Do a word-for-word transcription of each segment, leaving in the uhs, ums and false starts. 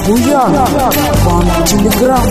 Буян, вам телеграмм.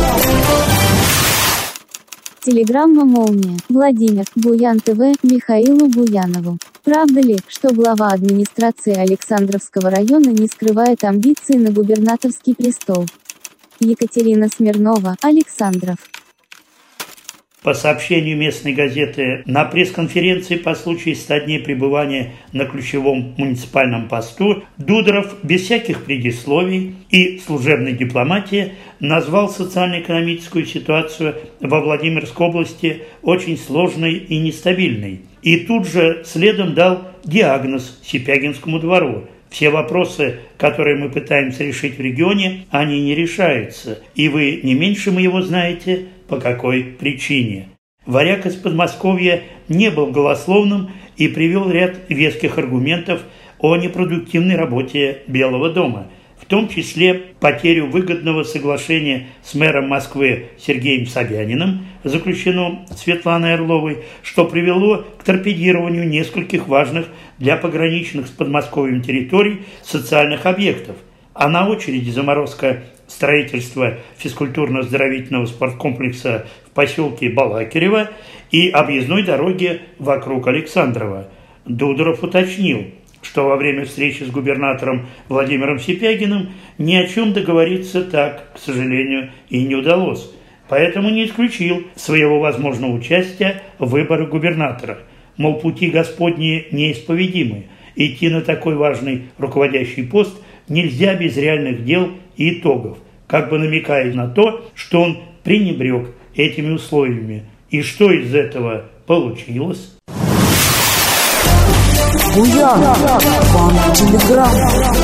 Телеграмма «Молния». Владимир, Буян ТВ, Михаилу Буянову. Правда ли, что глава администрации Александровского района не скрывает амбиции на губернаторский престол? Екатерина Смирнова, Александров. По сообщению местной газеты, на пресс-конференции по случаю ста дней пребывания на ключевом муниципальном посту Дударов без всяких предисловий и служебной дипломатии назвал социально-экономическую ситуацию во Владимирской области очень сложной и нестабильной. И тут же следом дал диагноз Сипягинскому двору. Все вопросы, которые мы пытаемся решить в регионе, они не решаются. И вы не меньше моего знаете, по какой причине. Варяг из Подмосковья не был голословным и привел ряд веских аргументов о непродуктивной работе Белого дома, в том числе потерю выгодного соглашения с мэром Москвы Сергеем Собяниным, заключенным Светланой Орловой, что привело к торпедированию нескольких важных для пограничных с Подмосковьем территорий социальных объектов, а на очереди заморозка строительства физкультурно-оздоровительного спорткомплекса в поселке Балакирево и объездной дороги вокруг Александрова. Дударов уточнил, что во время встречи с губернатором Владимиром Сипягиным ни о чем договориться так, к сожалению, и не удалось. Поэтому не исключил своего возможного участия в выборах губернатора. Мол, пути Господни неисповедимы. Идти на такой важный руководящий пост нельзя без реальных дел и итогов, как бы намекая на то, что он пренебрег этими условиями. И что из этого получилось? Буян, вам телеграмм.